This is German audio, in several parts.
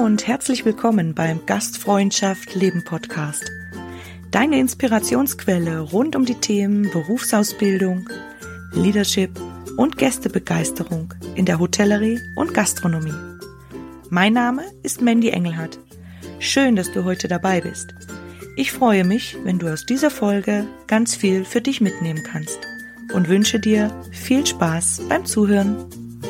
und herzlich willkommen beim Gastfreundschaft Leben Podcast. Deine Inspirationsquelle rund um die Themen Berufsausbildung, Leadership und Gästebegeisterung in der Hotellerie und Gastronomie. Mein Name ist Mandy Engelhardt. Schön, dass du heute dabei bist. Ich freue mich, wenn du aus dieser Folge ganz viel für dich mitnehmen kannst und wünsche dir viel Spaß beim Zuhören.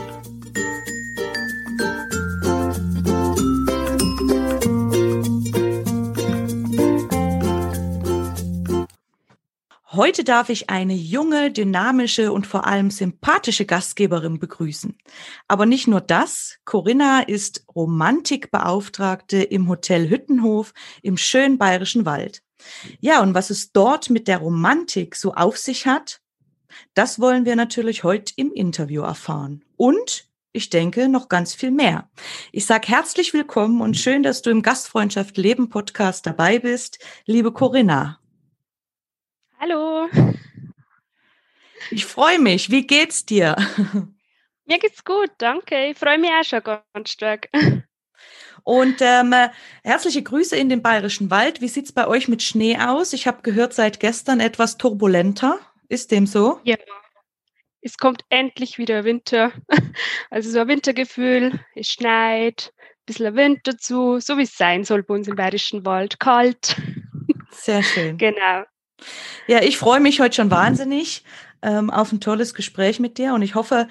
Heute darf ich eine junge, dynamische und vor allem sympathische Gastgeberin begrüßen. Aber nicht nur das, Corinna ist Romantikbeauftragte im Hotel Hüttenhof im schönen Bayerischen Wald. Ja, und was es dort mit der Romantik so auf sich hat, das wollen wir natürlich heute im Interview erfahren. Und ich denke, noch ganz viel mehr. Ich sage herzlich willkommen und schön, dass du im Gastfreundschaft Leben Podcast dabei bist, liebe Corinna. Hallo. Ich freue mich. Wie geht's dir? Mir geht's gut, danke. Ich freue mich auch schon ganz stark. Und herzliche Grüße in den Bayerischen Wald. Wie sieht's bei euch mit Schnee aus? Ich habe gehört, seit gestern etwas turbulenter. Ist dem so? Ja, es kommt endlich wieder Winter. Also so ein Wintergefühl, es schneit, ein bisschen Wind dazu, so wie es sein soll bei uns im Bayerischen Wald. Kalt. Sehr schön. Genau. Ja, ich freue mich heute schon wahnsinnig auf ein tolles Gespräch mit dir und ich hoffe,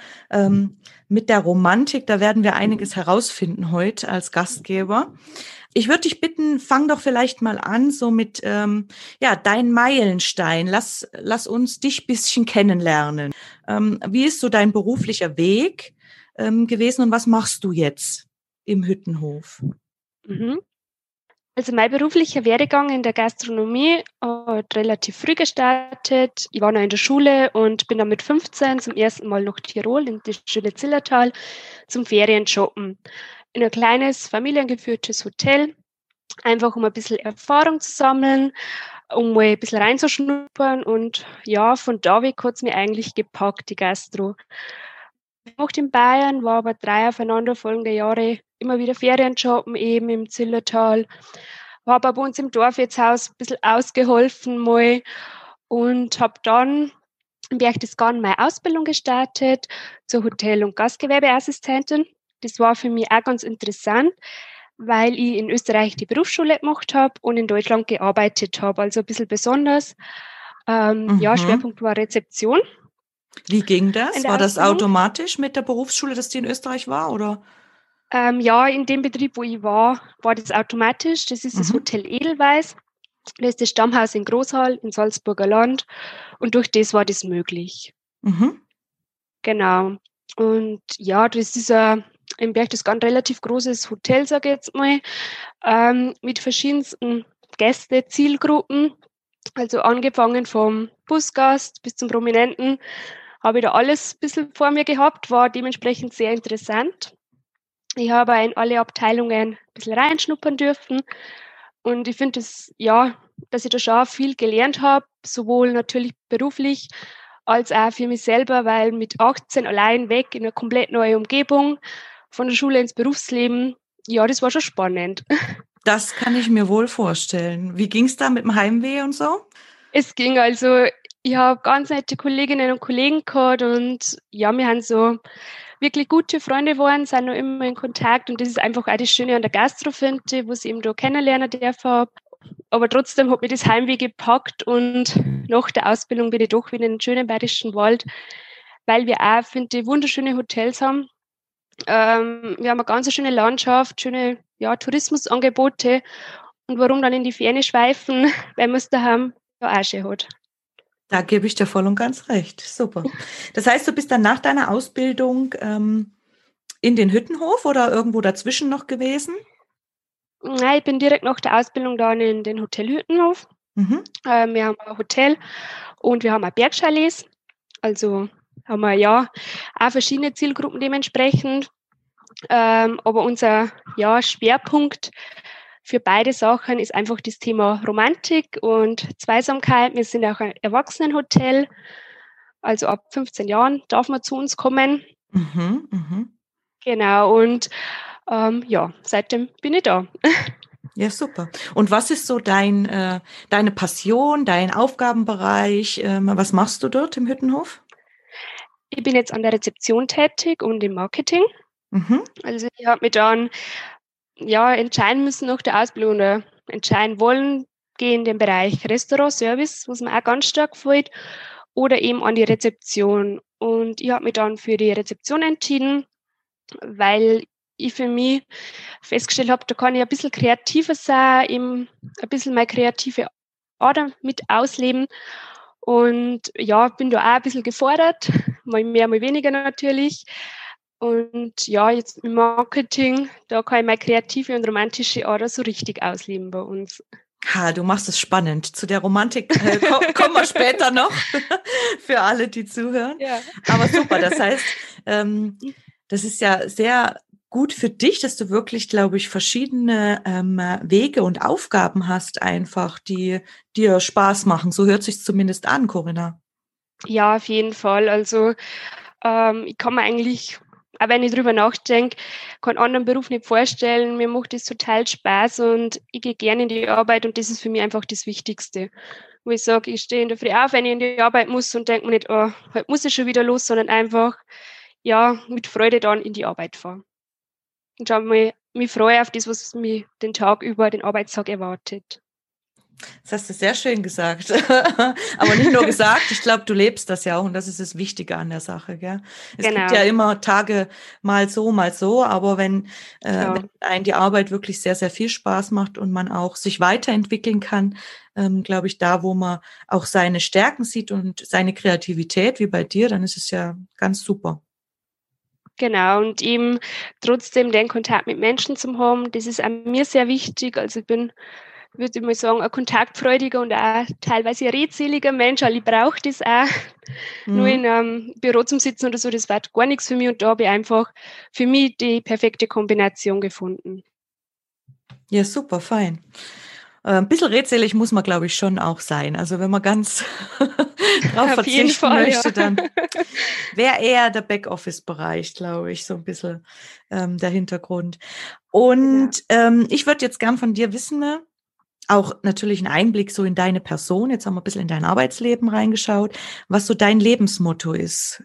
mit der Romantik, da werden wir einiges herausfinden heute als Gastgeber. Ich würde dich bitten, fang doch vielleicht mal an, so mit dein Meilenstein. Lass uns dich ein bisschen kennenlernen. Wie ist so dein beruflicher Weg gewesen und was machst du jetzt im Hüttenhof? Mhm. Also mein beruflicher Werdegang in der Gastronomie hat relativ früh gestartet. Ich war noch in der Schule und bin dann mit 15 zum ersten Mal nach Tirol in die schöne Zillertal zum Ferienshoppen. In ein kleines familiengeführtes Hotel, einfach um ein bisschen Erfahrung zu sammeln, um mal ein bisschen reinzuschnuppern und ja, von da weg hat es mir eigentlich gepackt, die Gastro. Ich gemacht in Bayern, war aber 3 aufeinanderfolgende Jahre immer wieder Ferienshoppen eben im Zillertal. Habe bei uns im Dorfwirtshaus ein bisschen ausgeholfen mal und habe dann in Berchtesgaden meine Ausbildung gestartet zur Hotel- und Gastgewerbeassistentin. Das war für mich auch ganz interessant, weil ich in Österreich die Berufsschule gemacht habe und in Deutschland gearbeitet habe. Also ein bisschen besonders. Ja, Schwerpunkt war Rezeption. Wie ging das? In der War das Ausbildung. automatisch mit der Berufsschule, dass die in Österreich war, oder? Ja, in dem Betrieb, wo ich war das automatisch. Das ist das Hotel Edelweiss. Das ist das Stammhaus in Großhall im Salzburger Land. Und durch das war das möglich. Mhm. Genau. Und ja, das ist im Berchtesgaden relativ großes Hotel, sage ich jetzt mal, mit verschiedensten Gäste, Zielgruppen. Also angefangen vom Busgast bis zum Prominenten habe ich da alles ein bisschen vor mir gehabt, war dementsprechend sehr interessant. Ich habe in alle Abteilungen ein bisschen reinschnuppern dürfen und ich finde das, ja, dass ich da schon viel gelernt habe, sowohl natürlich beruflich als auch für mich selber, weil mit 18 allein weg in eine komplett neue Umgebung, von der Schule ins Berufsleben, ja, das war schon spannend. Das kann ich mir wohl vorstellen. Wie ging es da mit dem Heimweh und so? Es ging also, ich habe ganz nette Kolleginnen und Kollegen gehabt und ja, wir haben so wirklich gute Freunde geworden, sind noch immer in Kontakt und das ist einfach auch das Schöne an der Gastro, finde ich, wo ich eben da kennenlernen darf. Aber trotzdem hat mich das Heimweh gepackt und nach der Ausbildung bin ich doch wieder in den schönen Bayerischen Wald, weil wir auch, finde ich, wunderschöne Hotels haben. Wir haben eine ganz schöne Landschaft, schöne Tourismusangebote und warum dann in die Ferne schweifen, weil man es daheim ja auch schön hat. Da gebe ich dir voll und ganz recht. Super. Das heißt, du bist dann nach deiner Ausbildung in den Hüttenhof oder irgendwo dazwischen noch gewesen? Nein, ich bin direkt nach der Ausbildung dann in den Hotel Hüttenhof. Mhm. Wir haben ein Hotel und wir haben auch Bergchalets. Also haben wir ja auch verschiedene Zielgruppen dementsprechend. Aber unser Schwerpunkt für beide Sachen ist einfach das Thema Romantik und Zweisamkeit. Wir sind auch ein Erwachsenenhotel. Also ab 15 Jahren darf man zu uns kommen. Mhm. Mhm. Genau. Und Ja, seitdem bin ich da. Ja, super. Und was ist so deine Passion, dein Aufgabenbereich? Was machst du dort im Hüttenhof? Ich bin jetzt an der Rezeption tätig und im Marketing. Mhm. Also ich habe mich dann entscheiden müssen nach der Ausbildung oder entscheiden wollen, gehe in den Bereich Restaurant, Service, was mir auch ganz stark gefällt, oder eben an die Rezeption. Und ich habe mich dann für die Rezeption entschieden, weil ich für mich festgestellt habe, da kann ich ein bisschen kreativer sein, eben ein bisschen meine kreative Ader mit ausleben. Und ja, bin da auch ein bisschen gefordert, mal mehr, mal weniger natürlich. Und ja, jetzt im Marketing, da kann ich meine kreative und romantische Ader so richtig ausleben bei uns. Ha, du machst es spannend. Zu der Romantik kommen wir später noch für alle, die zuhören. Ja. Aber super, das heißt, das ist ja sehr gut für dich, dass du wirklich, glaube ich, verschiedene Wege und Aufgaben hast, einfach, die dir Spaß machen. So hört sich zumindest an, Corinna. Ja, auf jeden Fall. Also ich kann mir eigentlich, auch wenn ich drüber nachdenke, keinen anderen Beruf nicht vorstellen. Mir macht das total Spaß und ich gehe gerne in die Arbeit und das ist für mich einfach das Wichtigste. Wo ich sage, ich stehe in der Früh auf, wenn ich in die Arbeit muss und denke mir nicht, oh, heute muss ich schon wieder los, sondern einfach, ja, mit Freude dann in die Arbeit fahren. Und schon mal mich freue auf das, was mich den Tag über, den Arbeitstag erwartet. Das hast du sehr schön gesagt. Aber nicht nur gesagt, ich glaube, du lebst das ja auch und das ist das Wichtige an der Sache. Gell? Es gibt ja Genau, immer Tage mal so, aber klar. wenn einem die Arbeit wirklich sehr, sehr viel Spaß macht und man auch sich weiterentwickeln kann, glaube ich, da, wo man auch seine Stärken sieht und seine Kreativität, wie bei dir, dann ist es ja ganz super. Genau, und eben trotzdem den Kontakt mit Menschen zu haben, das ist an mir sehr wichtig. Also ich bin, würde ich mal sagen, ein kontaktfreudiger und auch teilweise ein redseliger Mensch. Also ich brauche das auch. Nur Mhm. in einem Büro zum Sitzen oder so, das war gar nichts für mich. Und da habe ich einfach für mich die perfekte Kombination gefunden. Ja, super, fein. Ein bisschen redselig muss man, glaube ich, schon auch sein. Also wenn man ganz drauf Auf jeden verzichten Fall, ja. möchte, dann wäre eher der Backoffice-Bereich, glaube ich, so ein bisschen der Hintergrund. Genau. Und ich würde jetzt gern von dir wissen, ne, auch natürlich einen Einblick so in deine Person. Jetzt haben wir ein bisschen in dein Arbeitsleben reingeschaut, was so dein Lebensmotto ist.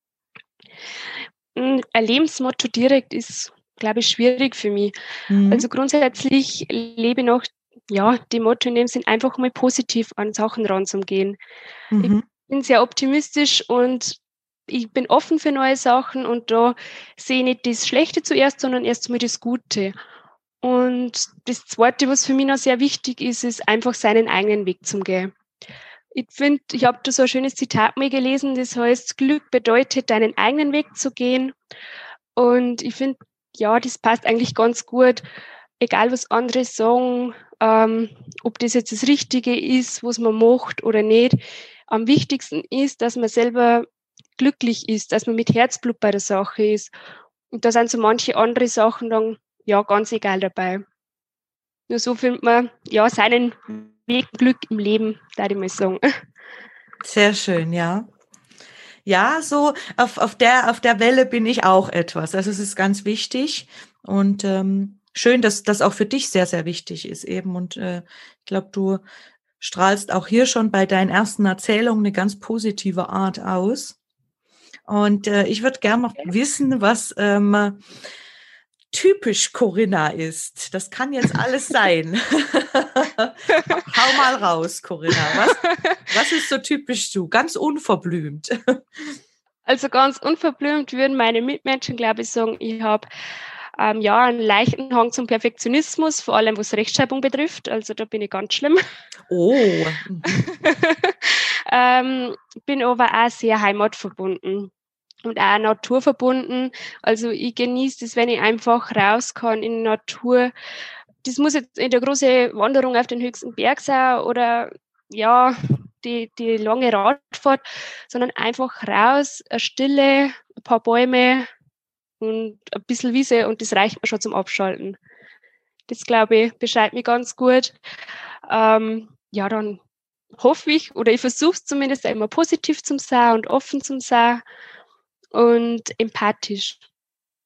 Ein Lebensmotto direkt ist, glaube ich, schwierig für mich. Also Mhm. grundsätzlich lebe ich noch, ja, die Motto in dem Sinn, einfach mal positiv an Sachen ranzugehen. Ich Mhm. bin sehr optimistisch und ich bin offen für neue Sachen und da sehe ich nicht das Schlechte zuerst, sondern erst mal das Gute. Und das Zweite, was für mich noch sehr wichtig ist, ist einfach seinen eigenen Weg zu gehen. Ich finde, ich habe da so ein schönes Zitat mal gelesen, das heißt, Glück bedeutet, deinen eigenen Weg zu gehen. Und ich finde, ja, das passt eigentlich ganz gut, egal was andere sagen, ob das jetzt das Richtige ist, was man macht oder nicht. Am wichtigsten ist, dass man selber glücklich ist, dass man mit Herzblut bei der Sache ist. Und da sind so manche andere Sachen dann ja ganz egal dabei. Nur so findet man ja seinen Weg Glück im Leben, da ich mal sagen. Sehr schön, ja. Ja, so auf der Welle bin ich auch etwas. Also es ist ganz wichtig und schön, dass das auch für dich sehr, sehr wichtig ist eben. Und ich glaube, du strahlst auch hier schon bei deinen ersten Erzählungen eine ganz positive Art aus. Und ich würde gerne noch wissen, was typisch Corinna ist. Das kann jetzt alles sein. Hau mal raus, Corinna. Was ist so typisch du? Ganz unverblümt. Also ganz unverblümt würden meine Mitmenschen, glaube ich, sagen, ich habe ja einen leichten Hang zum Perfektionismus, vor allem was Rechtschreibung betrifft. Also da bin ich ganz schlimm. Oh. Mhm. Bin aber auch sehr heimatverbunden und auch naturverbunden. Also ich genieße es, wenn ich einfach raus kann in die Natur. Das muss jetzt in der große Wanderung auf den höchsten Berg sein oder ja, die lange Radfahrt, sondern einfach raus, eine Stille, ein paar Bäume und ein bisschen Wiese und das reicht mir schon zum Abschalten. Das, glaube ich, beschreibt mich ganz gut. Ja, dann hoffe ich, oder ich versuche es zumindest immer positiv zum sein und offen zum sein und empathisch.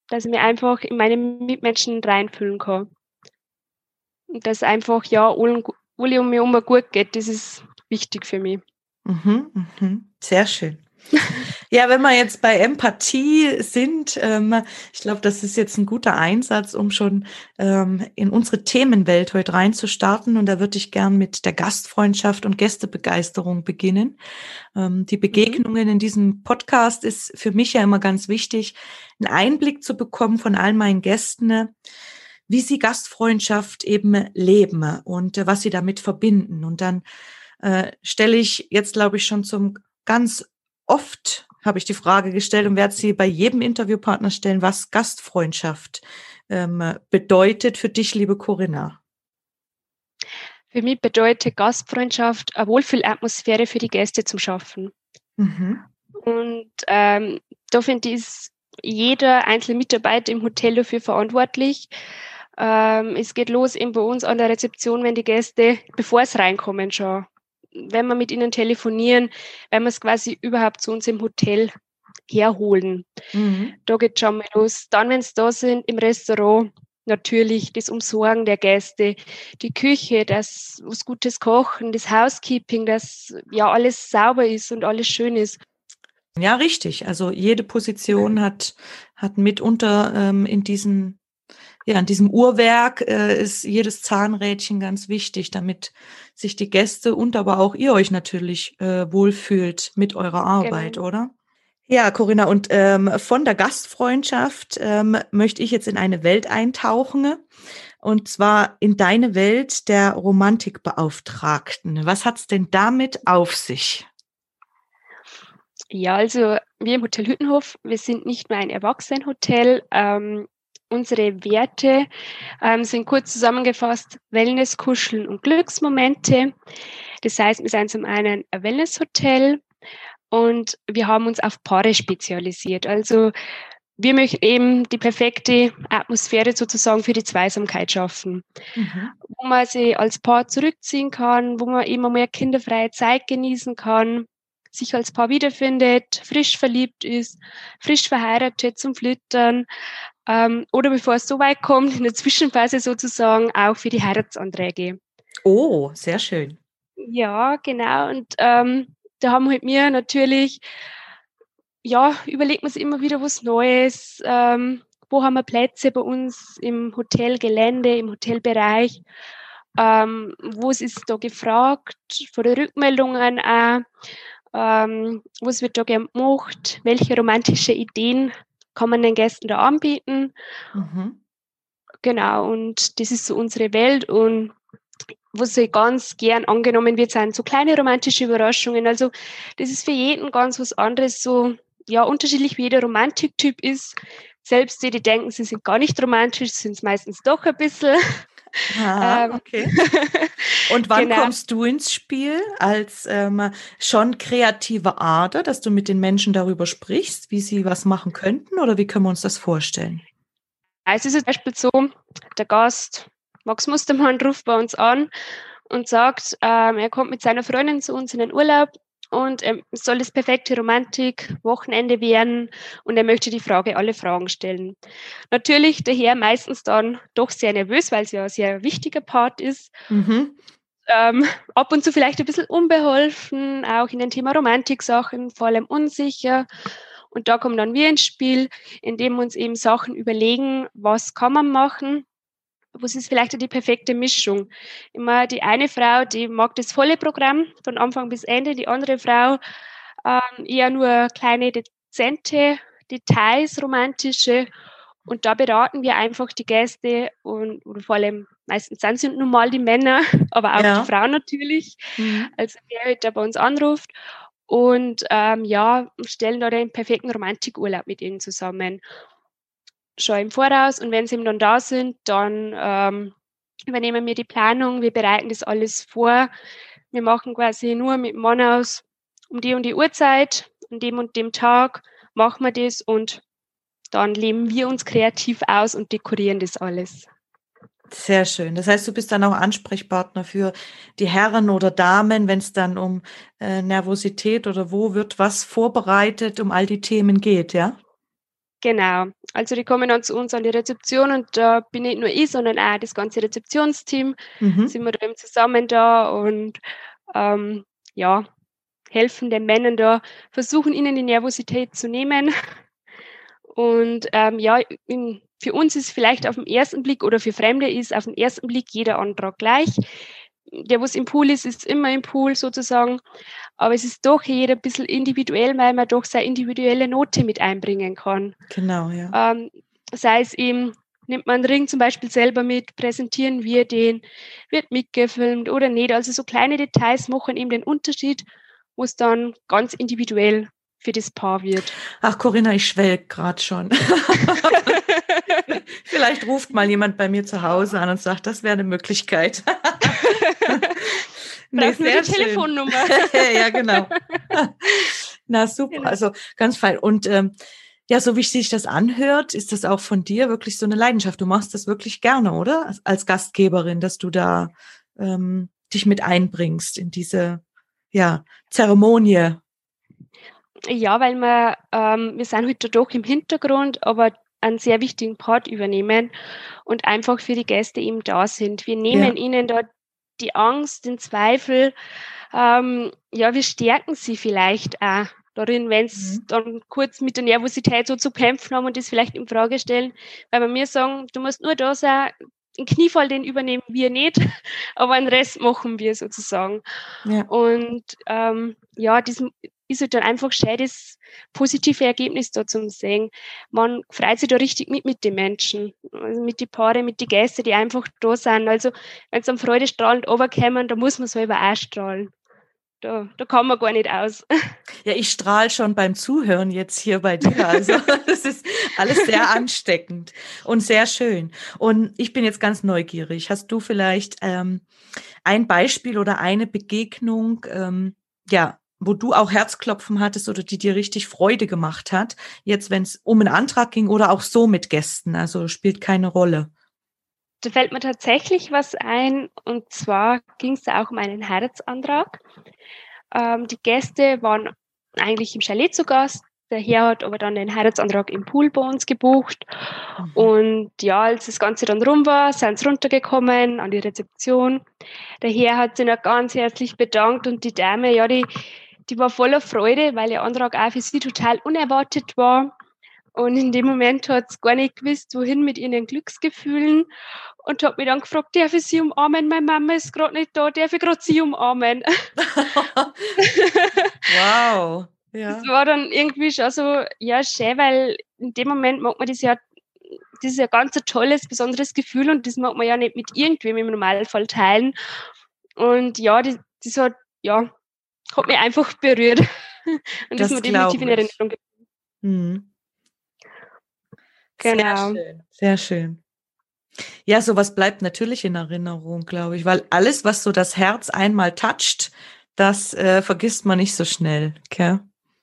dass ich mich einfach in meine Mitmenschen reinfühlen kann. Und dass einfach, ja, alle um mich herum gut geht, das ist wichtig für mich. Sehr schön. Ja, wenn wir jetzt bei Empathie sind, ich glaube, das ist jetzt ein guter Einsatz, um schon in unsere Themenwelt heute reinzustarten. Und da würde ich gern mit der Gastfreundschaft und Gästebegeisterung beginnen. Die Begegnungen in diesem Podcast ist für mich ja immer ganz wichtig, einen Einblick zu bekommen von all meinen Gästen, wie sie Gastfreundschaft eben leben und was sie damit verbinden. Und dann stelle ich jetzt, glaube ich, schon ganz oft habe ich die Frage gestellt und werde sie bei jedem Interviewpartner stellen, was Gastfreundschaft bedeutet für dich, liebe Corinna. Für mich bedeutet Gastfreundschaft eine Wohlfühlatmosphäre für die Gäste zum Schaffen. Und da finde ich, ist jeder einzelne Mitarbeiter im Hotel dafür verantwortlich. Es geht los eben bei uns an der Rezeption, wenn die Gäste, bevor es reinkommen schon, wenn wir mit ihnen telefonieren, wenn wir es quasi überhaupt zu uns im Hotel herholen. Da geht es schon mal los. Dann, wenn sie da sind, im Restaurant, natürlich das Umsorgen der Gäste, die Küche, das was Gutes kochen, das Housekeeping, dass ja alles sauber ist und alles schön ist. Ja, richtig. Also jede Position hat mitunter in diesem Uhrwerk ist jedes Zahnrädchen ganz wichtig, damit sich die Gäste und aber auch ihr euch natürlich wohlfühlt mit eurer Arbeit, genau. Oder? Ja, Corinna, und von der Gastfreundschaft möchte ich jetzt in eine Welt eintauchen, und zwar in deine Welt der Romantikbeauftragten. Was hat's denn damit auf sich? Ja, also wir im Hotel Hüttenhof, wir sind nicht nur ein Erwachsenenhotel. Unsere Werte sind kurz zusammengefasst: Wellness, Kuscheln und Glücksmomente. Das heißt, wir sind zum einen ein Wellnesshotel und wir haben uns auf Paare spezialisiert. Also wir möchten eben die perfekte Atmosphäre sozusagen für die Zweisamkeit schaffen, wo man sich als Paar zurückziehen kann, wo man eben einmal kinderfreie Zeit genießen kann, sich als Paar wiederfindet, frisch verliebt ist, frisch verheiratet zum Flittern, oder bevor es so weit kommt, in der Zwischenphase sozusagen auch für die Heiratsanträge. Oh, sehr schön. Ja, genau. Und da haben halt wir natürlich, ja, überlegt man sich immer wieder was Neues. Wo haben wir Plätze bei uns im Hotelgelände, im Hotelbereich? Was ist da gefragt? Von den Rückmeldungen auch. Was wird da gern gemacht? Welche romantische Ideen kann man den Gästen da anbieten? Genau, und das ist so unsere Welt. Und was so ganz gern angenommen wird, sind so kleine romantische Überraschungen. Also das ist für jeden ganz was anderes, so ja, unterschiedlich wie jeder Romantiktyp ist. Selbst die denken, sie sind gar nicht romantisch, sind es meistens doch ein bisschen. Okay. Und wann kommst du ins Spiel als schon kreative Ader, dass du mit den Menschen darüber sprichst, wie sie was machen könnten, oder wie können wir uns das vorstellen? Also es ist zum Beispiel so, der Gast Max Mustermann ruft bei uns an und sagt, er kommt mit seiner Freundin zu uns in den Urlaub und es soll das perfekte Romantik-Wochenende werden und er möchte alle Fragen stellen. Natürlich der Herr meistens dann doch sehr nervös, weil es ja ein sehr wichtiger Part ist. Ab und zu vielleicht ein bisschen unbeholfen, auch in den Thema Romantik-Sachen, vor allem unsicher. Und da kommen dann wir ins Spiel, indem wir uns eben Sachen überlegen, was kann man machen, was ist vielleicht die perfekte Mischung. Immer die eine Frau, die mag das volle Programm von Anfang bis Ende, die andere Frau eher nur kleine, dezente Details, romantische. Und da beraten wir einfach die Gäste und vor allem meistens sind nun mal die Männer, aber auch die Frauen natürlich. Also wer halt da bei uns anruft. Und stellen da den perfekten Romantikurlaub mit ihnen zusammen. Schon im Voraus. Und wenn sie eben dann da sind, dann übernehmen wir die Planung, wir bereiten das alles vor. Wir machen quasi nur mit dem Mann aus um die und die Uhrzeit, an dem und dem Tag machen wir das und dann leben wir uns kreativ aus und dekorieren das alles. Sehr schön. Das heißt, du bist dann auch Ansprechpartner für die Herren oder Damen, wenn es dann um Nervosität oder wo wird was vorbereitet, um all die Themen geht, ja? Genau. Also die kommen dann zu uns an die Rezeption und da bin nicht nur ich, sondern auch das ganze Rezeptionsteam. Mhm. Sind wir da eben zusammen da und ja, helfen den Männern da, versuchen ihnen die Nervosität zu nehmen. Und ja, für uns ist vielleicht auf den ersten Blick oder für Fremde ist auf den ersten Blick jeder Antrag gleich. Der, was im Pool ist immer im Pool sozusagen. Aber es ist doch jeder ein bisschen individuell, weil man doch seine individuelle Note mit einbringen kann. Genau, ja. Sei es eben, nimmt man einen Ring zum Beispiel selber mit, präsentieren wir den, wird mitgefilmt oder nicht. Also so kleine Details machen eben den Unterschied, wo es dann ganz individuell für das Paar wird. Ach, Corinna, ich schwelg gerade schon. Vielleicht ruft mal jemand bei mir zu Hause an und sagt, das wäre eine Möglichkeit. Nee, Braucht nur die Telefonnummer. Ja, genau. Na, super. Genau. Also ganz fein. Und ja, so wie sich das anhört, ist das auch von dir wirklich so eine Leidenschaft. Du machst das wirklich gerne, oder? Als Gastgeberin, dass du da dich mit einbringst in diese Zeremonie. Ja, weil wir sind heute doch im Hintergrund, aber einen sehr wichtigen Part übernehmen und einfach für die Gäste eben da sind. Wir nehmen ihnen da die Angst, den Zweifel, wir stärken sie vielleicht auch darin, wenn sie dann kurz mit der Nervosität so zu kämpfen haben und das vielleicht in Frage stellen, weil wir mir sagen, du musst nur da sein, den Kniefall, den übernehmen wir nicht, aber den Rest machen wir sozusagen. Ja. Und das ist halt dann einfach schön, das positive Ergebnis da zum sehen. Man freut sich da richtig mit den Menschen, also mit den Paaren, mit den Gästen, die einfach da sind. Also wenn sie am freudestrahlend runterkommen, da muss man selber auch strahlen. Da kann man gar nicht aus. Ja, ich strahle schon beim Zuhören jetzt hier bei dir. Also das ist alles sehr ansteckend und sehr schön. Und ich bin jetzt ganz neugierig. Hast du vielleicht ein Beispiel oder eine Begegnung, wo du auch Herzklopfen hattest oder die dir richtig Freude gemacht hat, jetzt wenn es um einen Antrag ging oder auch so mit Gästen, also spielt keine Rolle. Da fällt mir tatsächlich was ein, und zwar ging es da auch um einen Heiratsantrag. Die Gäste waren eigentlich im Chalet zu Gast, der Herr hat aber dann den Heiratsantrag im Pool bei uns gebucht. Und ja, als das Ganze dann rum war, sind sie runtergekommen an die Rezeption. Der Herr hat sich noch ganz herzlich bedankt und die Dame, ja, die war voller Freude, weil der Antrag auch für sie total unerwartet war. Und in dem Moment hat sie gar nicht gewusst, wohin mit ihren Glücksgefühlen, und hat mich dann gefragt, darf ich sie umarmen? Meine Mama ist gerade nicht da, darf ich gerade sie umarmen? Wow. Ja. Das war dann irgendwie schon so, ja, schön, weil in dem Moment mag man das ist ja ganz ein tolles, besonderes Gefühl, und das mag man ja nicht mit irgendwem im Normalfall teilen. Und ja, das hat mich einfach berührt. Und das ist mir definitiv in Erinnerung geblieben. Mhm. Genau. Sehr schön, sehr schön. Ja, sowas bleibt natürlich in Erinnerung, glaube ich, weil alles, was so das Herz einmal toucht, das vergisst man nicht so schnell, okay?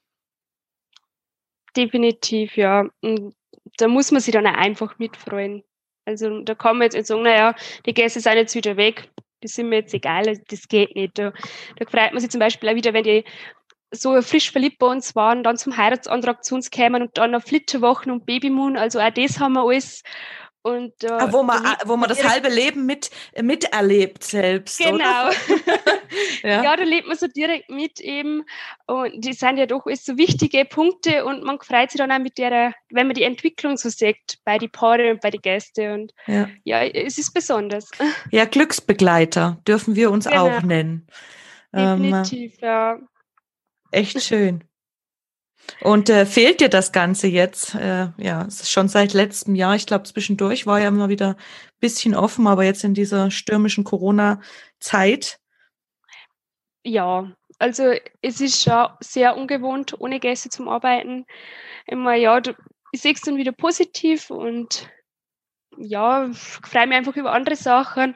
Definitiv, ja. Und da muss man sich dann auch einfach mitfreuen. Also da kann man jetzt nicht sagen, naja, die Gäste sind jetzt wieder weg, das sind mir jetzt egal, also das geht nicht. Da freut man sich zum Beispiel auch wieder, wenn die so frisch verliebt bei uns waren, dann zum Heiratsantrag zu uns kämen und dann noch Flitterwochen und Babymoon, also auch das haben wir alles. Und wo man das halbe Leben miterlebt selbst, genau. Oder? Ja, da lebt man so direkt mit eben, und die sind ja doch alles so wichtige Punkte, und man freut sich dann auch wenn man die Entwicklung so sieht bei den Paaren und bei den Gästen, und ja, es ist besonders. Ja, Glücksbegleiter dürfen wir uns auch nennen. Definitiv, ja. Echt schön. Und fehlt dir das Ganze jetzt? Es ist schon seit letztem Jahr. Ich glaube, zwischendurch war ja immer wieder ein bisschen offen, aber jetzt in dieser stürmischen Corona-Zeit. Ja, also es ist schon sehr ungewohnt, ohne Gäste zum Arbeiten. Immer, ich sehe es dann wieder positiv und ja, freue mich einfach über andere Sachen.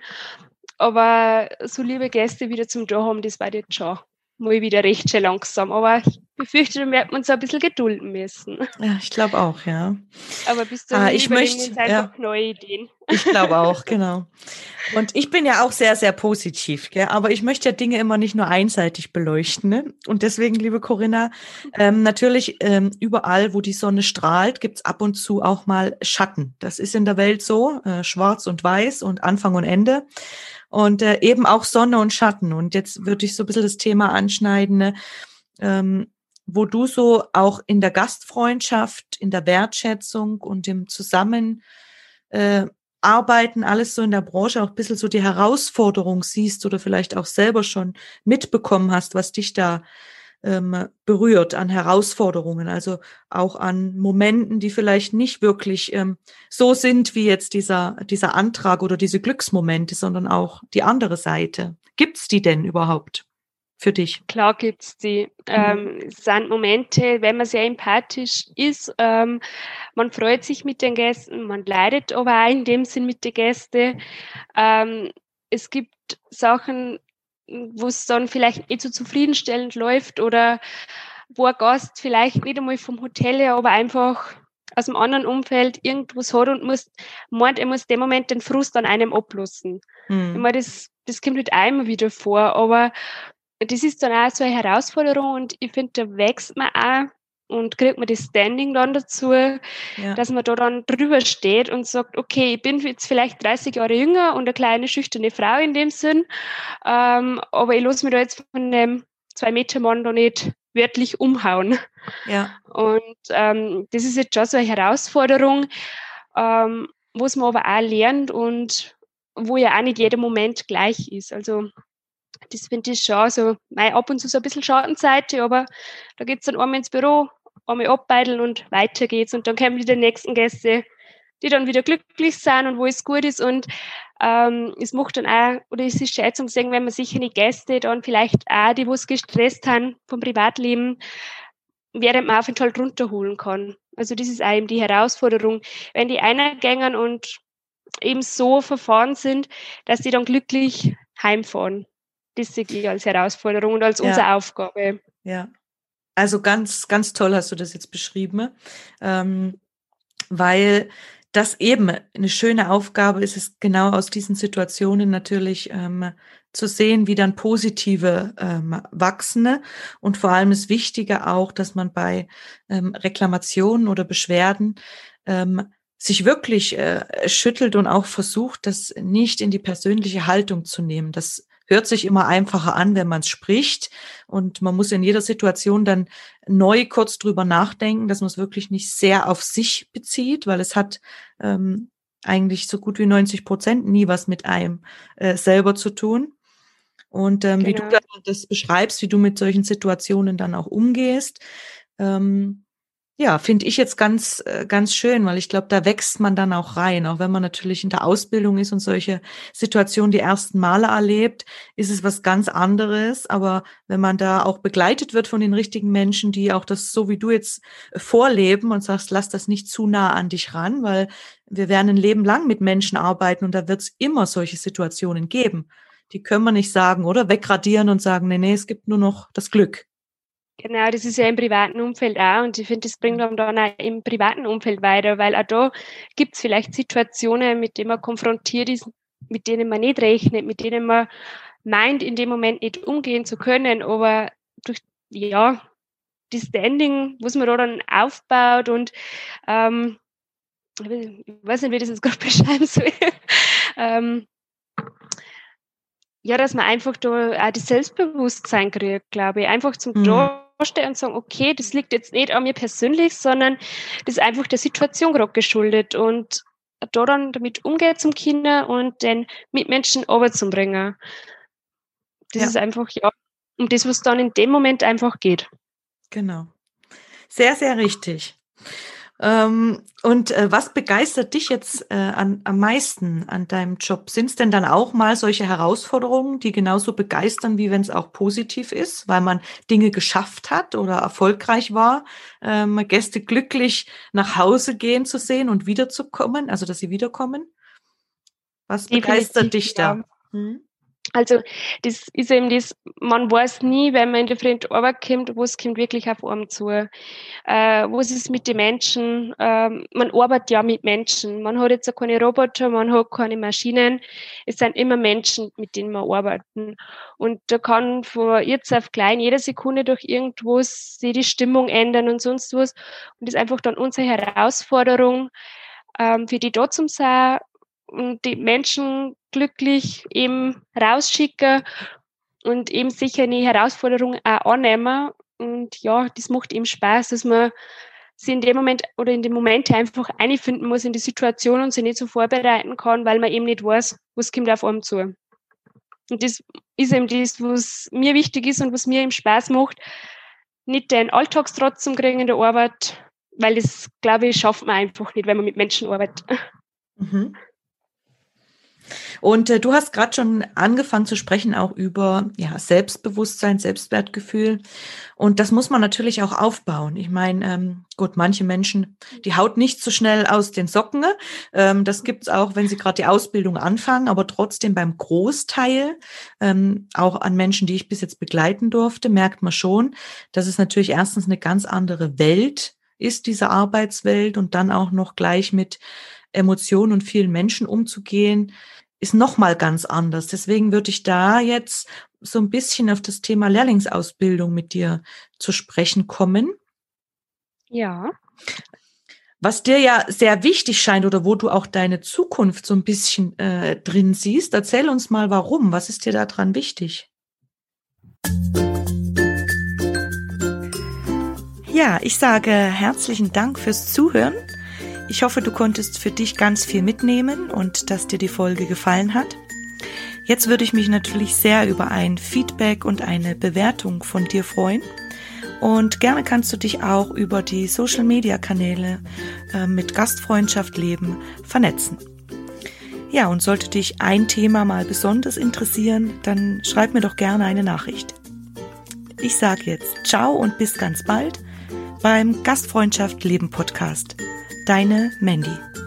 Aber so liebe Gäste wieder zum da haben, das war jetzt schon mal wieder recht schön langsam. Aber befürchte, dann wird man uns ein bisschen gedulden müssen. Ja, ich glaube auch, ja. Aber bis dahin Ich überlegen wir möchte, uns ja, einfach neue Ideen. ich glaube auch, genau. Und ich bin ja auch sehr, sehr positiv, gell? Aber ich möchte ja Dinge immer nicht nur einseitig beleuchten. Ne? Und deswegen, liebe Corinna, natürlich überall, wo die Sonne strahlt, gibt's ab und zu auch mal Schatten. Das ist in der Welt so, schwarz und weiß und Anfang und Ende. Und eben auch Sonne und Schatten. Und jetzt würde ich so ein bisschen das Thema anschneiden, ne? Wo du so auch in der Gastfreundschaft, in der Wertschätzung und im Zusammen Arbeiten, alles so in der Branche, auch ein bisschen so die Herausforderung siehst oder vielleicht auch selber schon mitbekommen hast, was dich da berührt an Herausforderungen, also auch an Momenten, die vielleicht nicht wirklich so sind wie jetzt dieser Antrag oder diese Glücksmomente, sondern auch die andere Seite. Gibt's die denn überhaupt für dich? Klar gibt's die. Mhm. Es sind Momente, wenn man sehr empathisch ist, man freut sich mit den Gästen, man leidet aber auch in dem Sinn mit den Gästen. Es gibt Sachen, wo es dann vielleicht nicht so zufriedenstellend läuft oder wo ein Gast vielleicht nicht einmal vom Hotel her, aber einfach aus dem anderen Umfeld irgendwas hat und meint, er muss dem Moment den Frust an einem ablassen. Ich Mhm. meine, das kommt nicht einmal wieder vor, aber das ist dann auch so eine Herausforderung und ich finde, da wächst man auch und kriegt man das Standing dann dazu, Ja, dass man da dann drüber steht und sagt, okay, ich bin jetzt vielleicht 30 Jahre jünger und eine kleine schüchterne Frau in dem Sinn, aber ich lasse mich da jetzt von dem 2-Meter-Mann da nicht wörtlich umhauen. ja, Und das ist jetzt schon so eine Herausforderung, was man aber auch lernt und wo ja auch nicht jeder Moment gleich ist. Also das finde ich schon so, ab und zu so ein bisschen Schattenseite, aber da geht's dann einmal ins Büro, einmal abbeideln und weiter geht's. Und dann kommen wieder die nächsten Gäste, die dann wieder glücklich sind und wo es gut ist. Und es macht dann auch, oder es ist schön zu sehen, wenn man sicher die Gäste dann vielleicht auch, die was gestresst haben vom Privatleben, während man Aufenthalt runterholen kann. Also das ist auch eben die Herausforderung, wenn die einer gängen und eben so verfahren sind, dass die dann glücklich heimfahren. Das sehe ich als Herausforderung und als ja, unsere Aufgabe. ja. Also ganz, ganz toll hast du das jetzt beschrieben, ähm, weil das eben eine schöne Aufgabe ist, es genau aus diesen Situationen natürlich zu sehen, wie dann positive wachsen. Und vor allem ist wichtiger auch, dass man bei Reklamationen oder Beschwerden sich wirklich schüttelt und auch versucht, das nicht in die persönliche Haltung zu nehmen. Das hört sich immer einfacher an, wenn man es spricht. Und man muss in jeder Situation dann neu kurz drüber nachdenken, dass man es wirklich nicht sehr auf sich bezieht, weil es hat eigentlich so gut wie 90% nie was mit einem selber zu tun. Und wie du Genau. das beschreibst, wie du mit solchen Situationen dann auch umgehst, ähm, ja, finde ich jetzt ganz, ganz schön, weil ich glaube, da wächst man dann auch rein. Auch wenn man natürlich in der Ausbildung ist und solche Situationen die ersten Male erlebt, ist es was ganz anderes. Aber wenn man da auch begleitet wird von den richtigen Menschen, die auch das, so wie du jetzt vorleben und sagst, lass das nicht zu nah an dich ran, weil wir werden ein Leben lang mit Menschen arbeiten und da wird es immer solche Situationen geben. Die können wir nicht sagen, oder? Wegradieren und sagen, nee, nee, es gibt nur noch das Glück. Genau, das ist ja im privaten Umfeld auch und ich finde, das bringt einem dann auch im privaten Umfeld weiter, weil auch da gibt es vielleicht Situationen, mit denen man konfrontiert ist, mit denen man nicht rechnet, mit denen man meint, in dem Moment nicht umgehen zu können, aber durch, ja, das Standing, was man da dann aufbaut und ich weiß nicht, wie ich das jetzt gerade beschreiben soll, ähm, ja, dass man einfach da auch das Selbstbewusstsein kriegt, glaube ich. Einfach zum Hm, Dastehen und sagen, okay, das liegt jetzt nicht an mir persönlich, sondern das ist einfach der Situation gerade geschuldet und da dann damit umgeht zum Kinder und den Mitmenschen runterzubringen. Das ja, ist einfach, ja, um das, was dann in dem Moment einfach geht. genau. Sehr, sehr richtig. Und was begeistert dich jetzt am meisten an deinem Job? Sind es denn dann auch mal solche Herausforderungen, die genauso begeistern, wie wenn es auch positiv ist, weil man Dinge geschafft hat oder erfolgreich war, Gäste glücklich nach Hause gehen zu sehen und wiederzukommen, also dass sie wiederkommen? Was begeistert Definitiv, dich ja. da? Hm? Also das ist eben das, man weiß nie, wenn man in der Früh in die Arbeit kommt, was kommt wirklich auf einem zu. Was ist mit den Menschen? Man arbeitet ja mit Menschen. Man hat jetzt auch keine Roboter, man hat keine Maschinen. Es sind immer Menschen, mit denen wir arbeiten. Und da kann von jetzt auf gleich jede Sekunde durch irgendwas sich die Stimmung ändern und sonst was. Und das ist einfach dann unsere Herausforderung, für die da zu sein und die Menschen glücklich eben rausschicken und eben sicher eine Herausforderung auch annehmen. Und ja, das macht eben Spaß, dass man sich in dem Moment oder in den Momente einfach einfinden muss in die Situation und sich nicht so vorbereiten kann, weil man eben nicht weiß, was kommt auf einem zu. Und das ist eben das, was mir wichtig ist und was mir eben Spaß macht, nicht den Alltagstrotz zum Kriegen in der Arbeit, weil das, glaube ich, schafft man einfach nicht, wenn man mit Menschen arbeitet. Mhm. Und du hast gerade schon angefangen zu sprechen auch über Selbstbewusstsein, Selbstwertgefühl. Und das muss man natürlich auch aufbauen. Ich meine, gut, manche Menschen, die haut nicht so schnell aus den Socken. Das gibt's auch, wenn sie gerade die Ausbildung anfangen. Aber trotzdem beim Großteil, auch an Menschen, die ich bis jetzt begleiten durfte, merkt man schon, dass es natürlich erstens eine ganz andere Welt ist, diese Arbeitswelt, und dann auch noch gleich mit Emotionen und vielen Menschen umzugehen, ist nochmal ganz anders. Deswegen würde ich da jetzt so ein bisschen auf das Thema Lehrlingsausbildung mit dir zu sprechen kommen. Ja. Was dir ja sehr wichtig scheint oder wo du auch deine Zukunft so ein bisschen drin siehst. Erzähl uns mal, warum. Was ist dir daran wichtig? Ja, ich sage herzlichen Dank fürs Zuhören. Ich hoffe, du konntest für dich ganz viel mitnehmen und dass dir die Folge gefallen hat. Jetzt würde ich mich natürlich sehr über ein Feedback und eine Bewertung von dir freuen. Und gerne kannst du dich auch über die Social-Media-Kanäle mit Gastfreundschaft leben vernetzen. Ja, und sollte dich ein Thema mal besonders interessieren, dann schreib mir doch gerne eine Nachricht. Ich sage jetzt ciao und bis ganz bald beim Gastfreundschaft Leben Podcast. Deine Mandy.